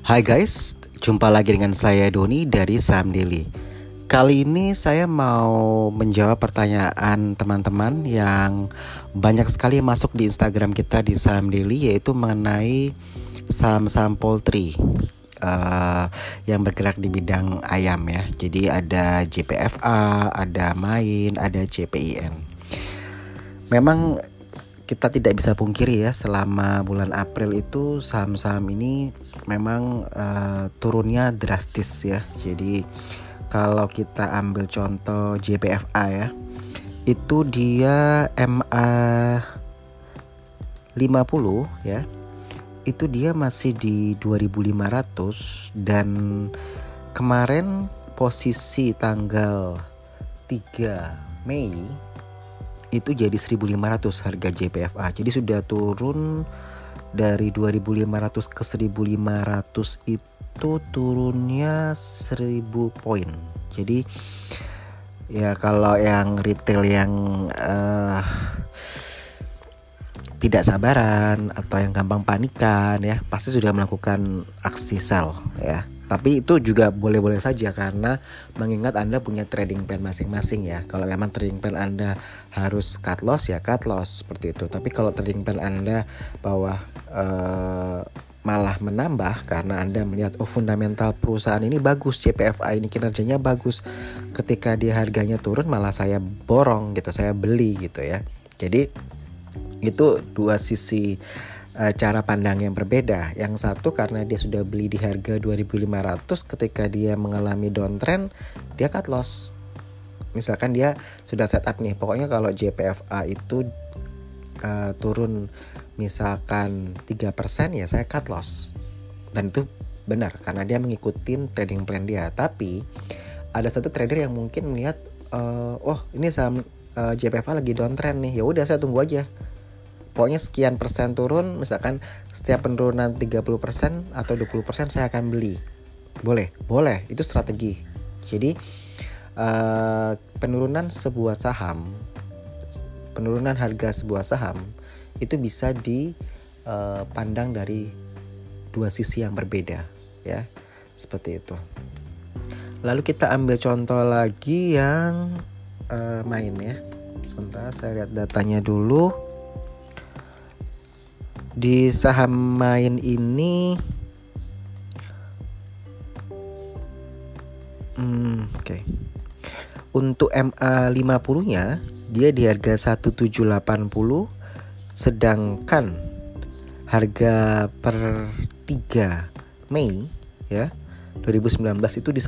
Hai guys, jumpa lagi dengan saya Doni dari Saham Daily. Kali ini saya mau menjawab pertanyaan teman-teman yang banyak sekali masuk di Instagram kita di Saham Daily, yaitu mengenai saham-saham poultry yang bergerak di bidang ayam ya. Jadi ada JPFA, ada Main, ada CPIN. Memang kita tidak bisa pungkiri ya, selama bulan April itu saham-saham ini memang turunnya drastis ya. Jadi kalau kita ambil contoh JPFA ya, itu dia MA 50 ya, itu dia masih di 2.500, dan kemarin posisi tanggal 3 Mei itu jadi 1.500 harga JPFA. Jadi sudah turun dari 2.500 ke 1.500, itu turunnya 1.000 poin. Jadi ya kalau yang retail yang tidak sabaran atau yang gampang panikan ya, pasti sudah melakukan aksi sell ya. Tapi itu juga boleh-boleh saja, karena mengingat Anda punya trading plan masing-masing ya. Kalau memang trading plan Anda harus cut loss ya cut loss seperti itu. Tapi kalau trading plan Anda bahwa malah menambah karena Anda melihat fundamental perusahaan ini bagus, JPFA ini kinerjanya bagus, ketika dia harganya turun malah saya borong gitu, saya beli gitu ya. Jadi itu dua sisi cara pandang yang berbeda. Yang satu karena dia sudah beli di harga 2.500, ketika dia mengalami downtrend dia cut loss. Misalkan dia sudah setup nih, pokoknya kalau JPFA itu turun misalkan 3% ya saya cut loss. Dan itu benar karena dia mengikuti trading plan dia. Tapi ada satu trader yang mungkin melihat ini saham JPFA lagi downtrend nih, ya udah saya tunggu aja. Pokoknya sekian persen turun, misalkan setiap penurunan 30% atau 20% saya akan beli. Boleh, itu strategi. Jadi penurunan harga sebuah saham itu bisa dipandang dari dua sisi yang berbeda ya. Seperti itu. Lalu kita ambil contoh lagi yang Main ya. Sebentar saya lihat datanya dulu. Di saham Main ini untuk MA 50-nya dia di harga 1780, sedangkan harga per 3 Mei ya 2019 itu di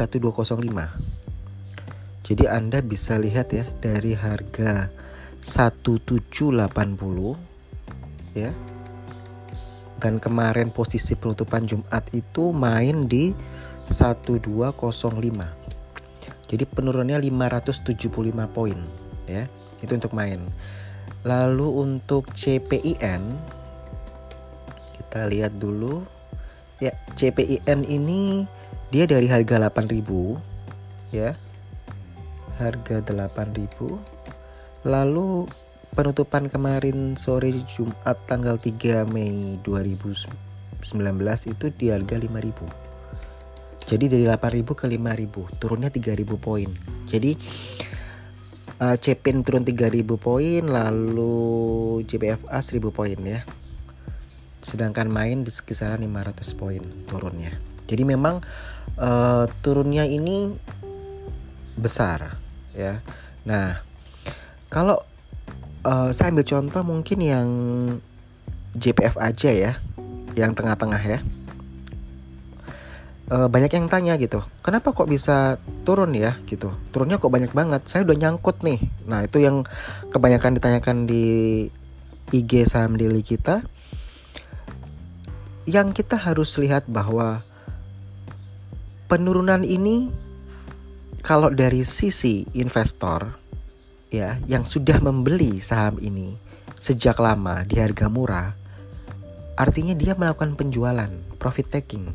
1205. Jadi Anda bisa lihat ya, dari harga 1780 ya, dan kemarin posisi penutupan Jumat itu Main di 1205. Jadi penurunannya 575 poin ya. Itu untuk Main. Lalu untuk CPIN kita lihat dulu. Ya, CPIN ini dia dari harga 8.000 ya. Harga 8.000. Lalu penutupan kemarin sore Jumat tanggal 3 Mei 2019 itu di harga 5.000. Jadi dari 8.000 ke 5.000, turunnya 3.000 poin. Jadi CPIN turun 3.000 poin, lalu JPFA 1.000 poin ya. Sedangkan Main di kisaran 500 poin turunnya. Jadi memang turunnya ini besar ya. Nah, kalau saya ambil contoh mungkin yang JPF aja ya, yang tengah-tengah ya. Banyak yang tanya gitu, kenapa kok bisa turun ya gitu, turunnya kok banyak banget, saya udah nyangkut nih. Nah itu yang kebanyakan ditanyakan di IG Saham Daily kita. Yang kita harus lihat bahwa penurunan ini kalau dari sisi investor ya, yang sudah membeli saham ini sejak lama di harga murah, artinya dia melakukan penjualan, profit taking.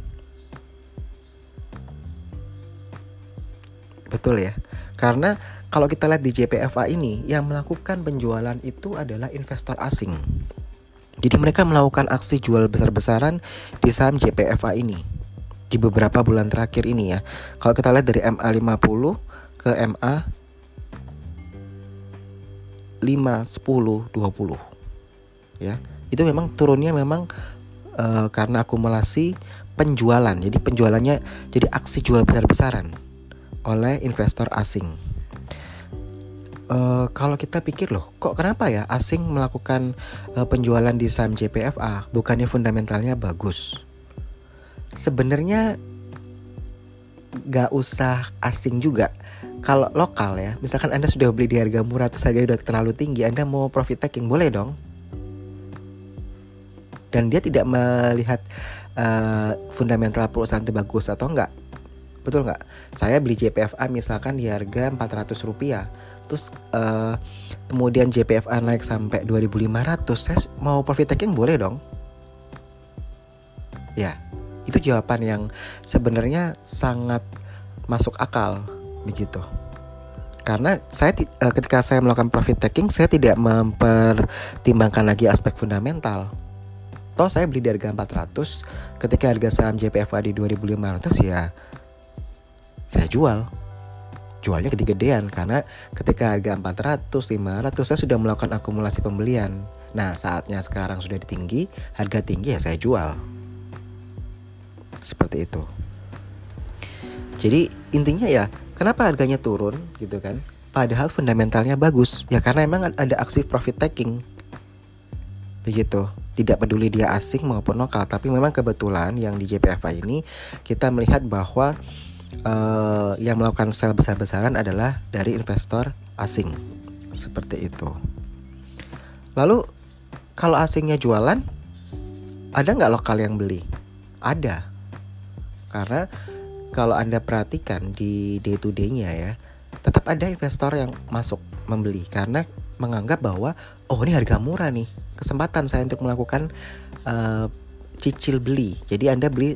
Betul ya. Karena kalau kita lihat di JPFA ini, yang melakukan penjualan itu adalah investor asing. Jadi mereka melakukan aksi jual besar-besaran di saham JPFA ini. di beberapa bulan terakhir ini ya. Kalau kita lihat dari MA50 ke MA 5, 10, 20 ya. Itu memang turunnya memang karena akumulasi penjualan. Jadi penjualannya jadi aksi jual besar-besaran oleh investor asing. Kalau kita pikir loh, kok kenapa ya asing melakukan penjualan di saham JPFA, bukannya fundamentalnya bagus? Sebenarnya gak usah asing juga. Kalau lokal ya, misalkan Anda sudah beli di harga murah terus harganya udah terlalu tinggi, Anda mau profit taking, boleh dong. Dan dia tidak melihat fundamental perusahaan itu bagus atau enggak. Betul nggak? Saya beli JPFA misalkan di harga Rp400, terus kemudian JPFA naik sampai 2.500, saya mau profit taking boleh dong. Ya, itu jawaban yang sebenarnya sangat masuk akal begitu. Karena saya ketika saya melakukan profit taking, saya tidak mempertimbangkan lagi aspek fundamental. Toh saya beli di harga 400, ketika harga saham JPFA di 2.500 ya saya jualnya gede-gedean, karena ketika harga 400, 500 saya sudah melakukan akumulasi pembelian. Nah saatnya sekarang sudah tinggi, harga tinggi ya saya jual. Seperti itu. Jadi intinya ya, kenapa harganya turun gitu kan, padahal fundamentalnya bagus. Ya karena emang ada aksi profit taking begitu. Tidak peduli dia asing maupun lokal, tapi memang kebetulan yang di JPFA ini kita melihat bahwa yang melakukan sell besar-besaran adalah dari investor asing. Seperti itu. Lalu kalau asingnya jualan, ada nggak lokal yang beli? Ada. Karena kalau Anda perhatikan di day to day-nya ya, tetap ada investor yang masuk membeli karena menganggap bahwa oh ini harga murah nih, kesempatan saya untuk melakukan cicil beli. Jadi Anda beli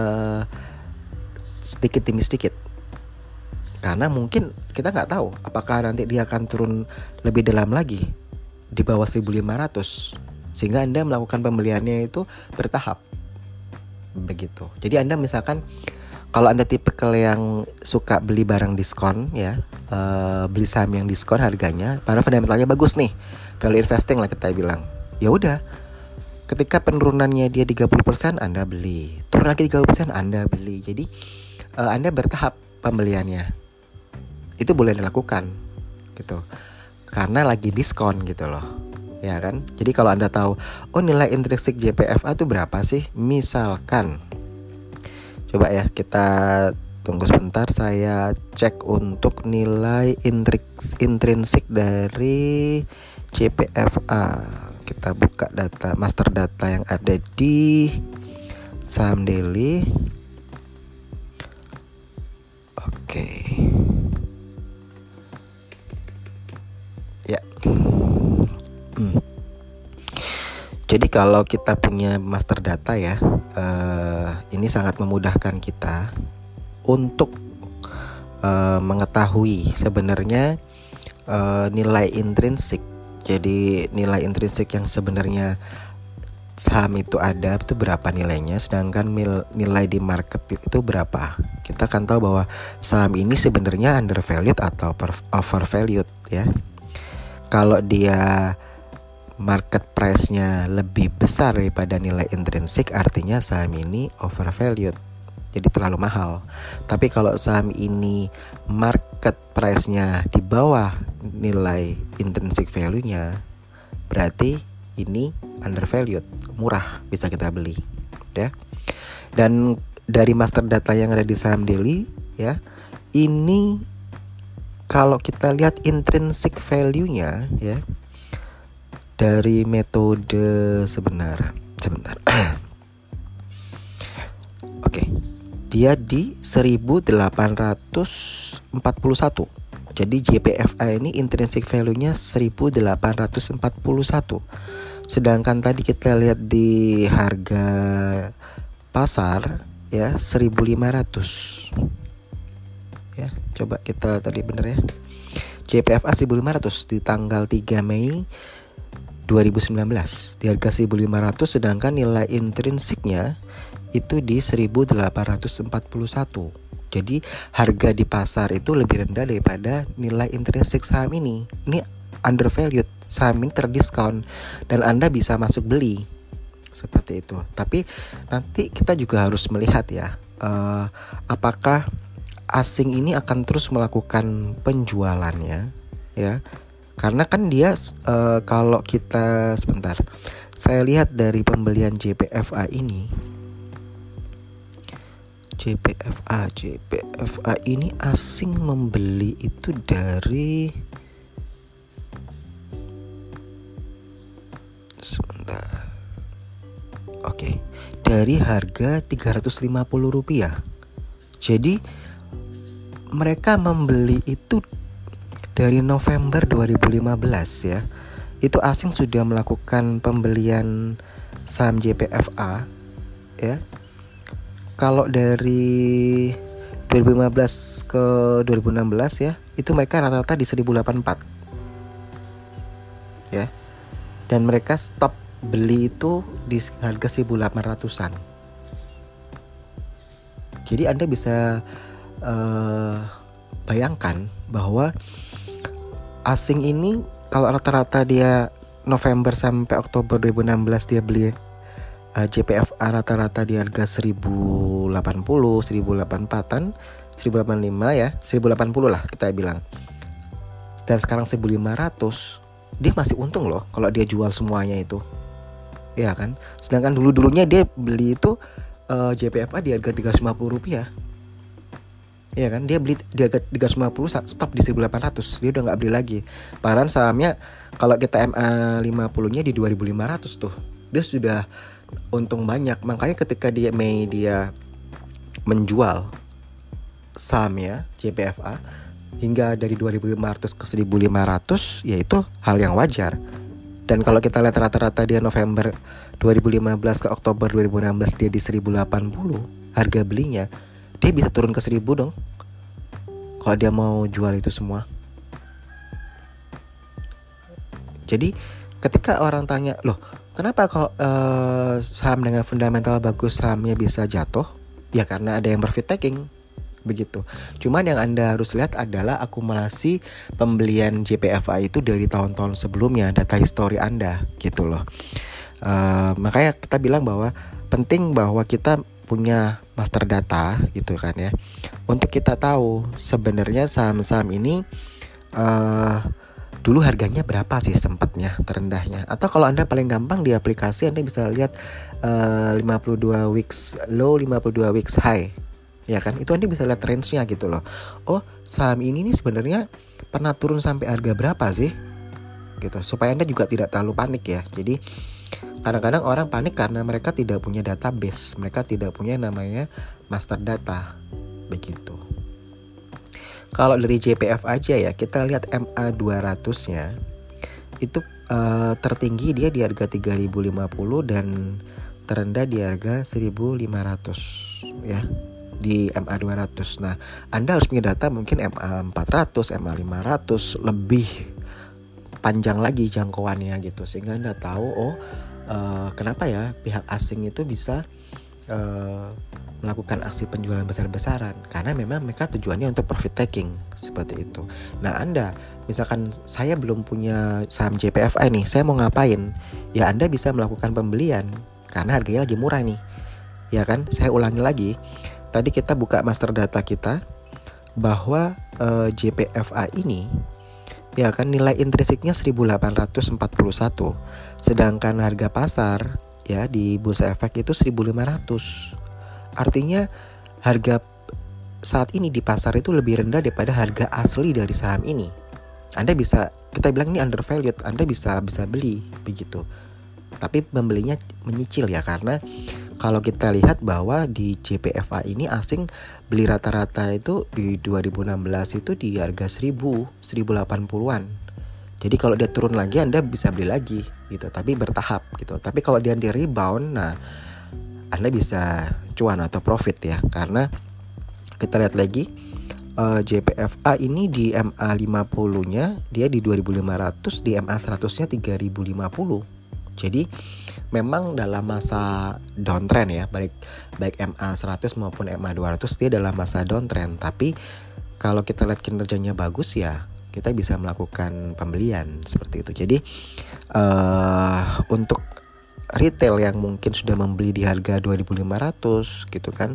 sedikit demi sedikit. Karena mungkin kita nggak tahu apakah nanti dia akan turun lebih dalam lagi di bawah 1.500, sehingga Anda melakukan pembeliannya itu bertahap. Begitu. Jadi Anda misalkan kalau Anda tipikal yang suka beli barang diskon ya, beli saham yang diskon harganya, karena fundamentalnya bagus nih, value investing lah kita bilang. Ya udah, ketika penurunannya dia 30%, Anda beli. Turun lagi 30%, Anda beli. Jadi Anda bertahap pembeliannya. Itu boleh dilakukan gitu. Karena lagi diskon gitu loh. Ya kan? Jadi kalau Anda tahu, oh nilai intrinsik JPFA itu berapa sih? Misalkan, coba ya kita tunggu sebentar, saya cek untuk nilai intrinsik dari JPFA. Kita buka data, master data yang ada di Saham Daily. Oke. Ya. Jadi kalau kita punya master data ya, ini sangat memudahkan kita untuk mengetahui sebenarnya nilai intrinsik. Jadi nilai intrinsik yang sebenarnya saham itu ada itu berapa nilainya, sedangkan nilai di market itu berapa. Kita akan tahu bahwa saham ini sebenarnya undervalued atau overvalued ya. Kalau dia market price-nya lebih besar daripada nilai intrinsik, artinya saham ini overvalued, jadi terlalu mahal. Tapi kalau saham ini market price-nya di bawah nilai intrinsic value-nya, berarti ini undervalued, murah, bisa kita beli ya. Dan dari master data yang ada di Saham Daily ya, ini kalau kita lihat intrinsic value-nya ya, dari metode sebentar. Oke. Dia di 1841. Jadi JPFA ini intrinsic value-nya 1841. Sedangkan tadi kita lihat di harga pasar ya 1.500. Ya, coba kita tadi bener ya. JPFA 1.500 di tanggal 3 Mei 2019 di harga 1.500, sedangkan nilai intrinsiknya itu di 1841. Jadi harga di pasar itu lebih rendah daripada nilai intrinsik saham ini. Ini undervalued, saham ini terdiskon dan Anda bisa masuk beli seperti itu. Tapi nanti kita juga harus melihat ya, apakah asing ini akan terus melakukan penjualannya ya. Karena kan dia kalau kita sebentar, saya lihat dari pembelian JPFA ini. JPFA ini asing membeli itu dari sebentar. Oke, dari harga Rp350. Jadi mereka membeli itu dari November 2015 ya. Itu asing sudah melakukan pembelian saham JPFA ya. Kalau dari 2015 ke 2016 ya, itu mereka rata-rata di 1084 ya. Dan mereka stop beli itu di harga 1800-an. Jadi Anda bisa bayangkan bahwa asing ini kalau rata-rata dia November sampai Oktober 2016 dia beli JPFA rata-rata di harga 1080, 1084-an, 1085 ya, 1080 lah kita bilang. Dan sekarang 1500, dia masih untung loh kalau dia jual semuanya itu. Ya kan? Sedangkan dulu-dulunya dia beli itu JPFA di harga Rp350. Ya kan? Dia beli di harga 350, stop di 1800. Dia udah enggak beli lagi. Padahal sahamnya kalau kita MA50-nya di 2500 tuh. Dia sudah untung banyak. Makanya ketika dia menjual sahamnya JPFA hingga dari 2500 ke 1500, yaitu hal yang wajar. Dan kalau kita lihat rata-rata dia November 2015 ke Oktober 2016 dia di 1080 harga belinya, dia bisa turun ke 1000 dong kalau dia mau jual itu semua. Jadi ketika orang tanya, loh kenapa kalau saham dengan fundamental bagus sahamnya bisa jatuh? Ya karena ada yang profit taking, begitu. Cuman yang Anda harus lihat adalah akumulasi pembelian JPFA itu dari tahun-tahun sebelumnya, data histori Anda, gitu loh. Makanya kita bilang bahwa penting bahwa kita punya master data, gitu kan ya, untuk kita tahu sebenarnya saham-saham ini dulu harganya berapa sih sempatnya terendahnya. Atau kalau Anda paling gampang di aplikasi Anda bisa lihat 52 weeks low, 52 weeks high. Ya kan? Itu Anda bisa lihat range-nya gitu loh. Oh, saham ini nih sebenarnya pernah turun sampai harga berapa sih? Gitu. Supaya Anda juga tidak terlalu panik ya. Jadi kadang-kadang orang panik karena mereka tidak punya database, mereka tidak punya namanya master data. Begitu. Kalau dari JPF aja ya, kita lihat MA 200-nya itu tertinggi dia di harga 3050 dan terendah di harga 1500 ya di MA 200. Nah, Anda harus punya data mungkin MA 400, MA 500 lebih panjang lagi jangkauannya gitu, sehingga Anda tahu kenapa ya pihak asing itu bisa melakukan aksi penjualan besar-besaran, karena memang mereka tujuannya untuk profit taking seperti itu. Nah, Anda misalkan saya belum punya saham JPFI nih, saya mau ngapain? Ya Anda bisa melakukan pembelian karena harganya lagi murah nih. Ya kan? Saya ulangi lagi. Tadi kita buka master data kita bahwa JPFA ini ya kan nilai intrinsiknya 1841, sedangkan harga pasar ya di Bursa Efek itu 1500. Artinya harga saat ini di pasar itu lebih rendah daripada harga asli dari saham ini. Anda bisa, kita bilang ini undervalued, Anda bisa beli begitu. Tapi pembelinya menyicil ya, karena kalau kita lihat bahwa di JPFA ini asing beli rata-rata itu di 2016 itu di harga 1080-an. Jadi kalau dia turun lagi Anda bisa beli lagi gitu, tapi bertahap gitu. Tapi kalau dia di rebound, nah Anda bisa cuan atau profit ya, karena kita lihat lagi JPFA ini di MA 50-nya dia di 2500, di MA 100-nya 3050. Jadi memang dalam masa downtrend ya, baik MA100 maupun MA200 dia dalam masa downtrend. Tapi kalau kita lihat kinerjanya bagus ya, kita bisa melakukan pembelian seperti itu. Jadi untuk retail yang mungkin sudah membeli di harga 2.500 gitu kan,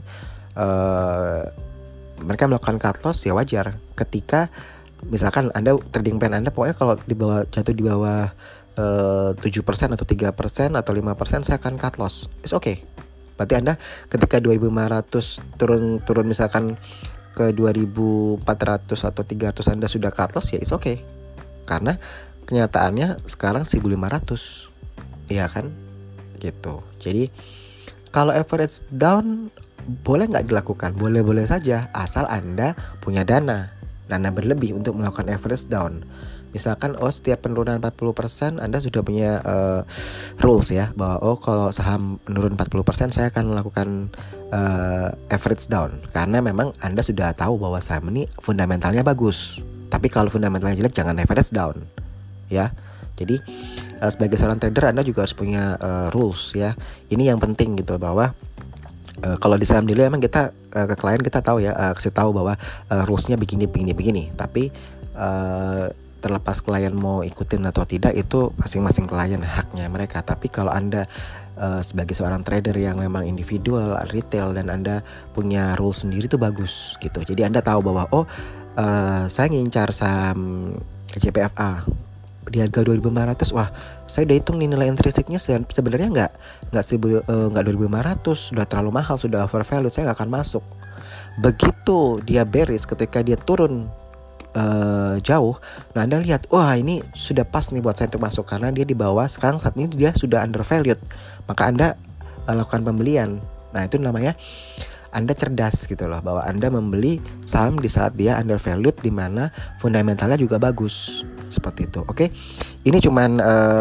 mereka melakukan cut loss ya wajar. Ketika misalkan Anda trading plan Anda pokoknya kalau jatuh di bawah 7% atau 3% atau 5% saya akan cut loss. It's okay. Berarti Anda ketika 2.500 turun misalkan ke 2.400 atau 300 Anda sudah cut loss ya it's okay. Karena kenyataannya sekarang 1.500. Iya kan? Gitu. Jadi kalau average down boleh nggak dilakukan? Boleh-boleh saja asal Anda punya dana berlebih untuk melakukan average down. Misalkan setiap penurunan 40% Anda sudah punya rules ya, bahwa kalau saham menurun 40% saya akan melakukan average down. Karena memang Anda sudah tahu bahwa saham ini fundamentalnya bagus. Tapi kalau fundamentalnya jelek jangan average down ya. Jadi sebagai seorang trader Anda juga harus punya rules ya. Ini yang penting gitu, bahwa kalau di saham daily emang kita ke klien kita tahu ya, kasih tahu bahwa rulesnya begini. Tapi terlepas klien mau ikutin atau tidak itu masing-masing klien, haknya mereka. Tapi kalau Anda sebagai seorang trader yang memang individual retail dan Anda punya rules sendiri itu bagus gitu. Jadi Anda tahu bahwa saya ngincar saham JPFA di harga 2.500. Wah, saya udah hitung nih nilai intrinsiknya sebenarnya nggak 2.500, sudah terlalu mahal, sudah overvalued, saya nggak akan masuk. Begitu dia bearish, ketika dia turun jauh, nah Anda lihat, wah ini sudah pas nih buat saya untuk masuk karena dia di bawah, sekarang saat ini dia sudah undervalued, maka Anda lakukan pembelian. Nah itu namanya Anda cerdas gitu loh, bahwa Anda membeli saham di saat dia undervalued di mana fundamentalnya juga bagus, seperti itu. Oke, ini cuman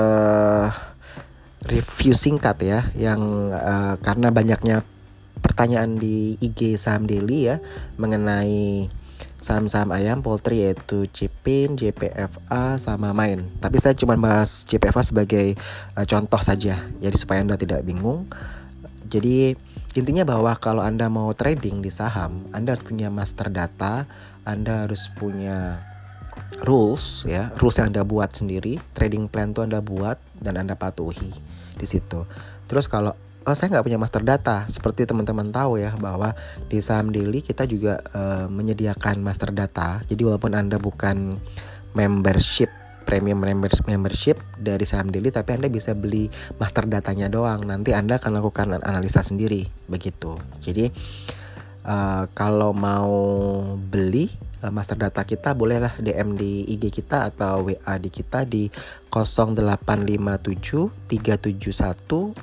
review singkat ya, yang karena banyaknya pertanyaan di IG Saham Daily ya mengenai saham-saham ayam poultry, yaitu Cipin, JPFA, sama Main. Tapi saya cuma bahas JPFA sebagai contoh saja, jadi supaya Anda tidak bingung. Jadi intinya bahwa kalau Anda mau trading di saham, Anda harus punya master data, Anda harus punya rules ya, rules yang Anda buat sendiri, trading plan tuh Anda buat dan Anda patuhi di situ. Terus kalau saya nggak punya master data, seperti teman-teman tahu ya bahwa di Saham Daily kita juga menyediakan master data. Jadi walaupun Anda bukan premium membership dari Saham Daily, tapi Anda bisa beli master datanya doang. Nanti Anda akan lakukan analisa sendiri begitu. Jadi kalau mau beli master data kita, bolehlah DM di IG kita atau WA di kita di 0857 371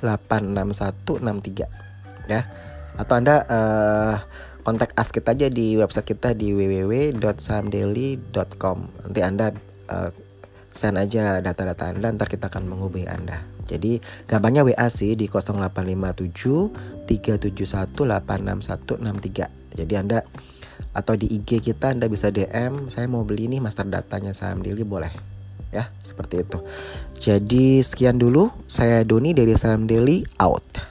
86163 ya. Atau Anda kontak us kita aja di website kita di www.sahamdaily.com. Nanti Anda send aja data-data Anda, ntar kita akan menghubungi Anda. Jadi gampangnya WA sih di 0857 371 86163. Jadi Anda atau di IG kita Anda bisa DM, saya mau beli nih master datanya Saham Daily, boleh ya, seperti itu. Jadi sekian dulu, saya Doni dari Saham Daily, out.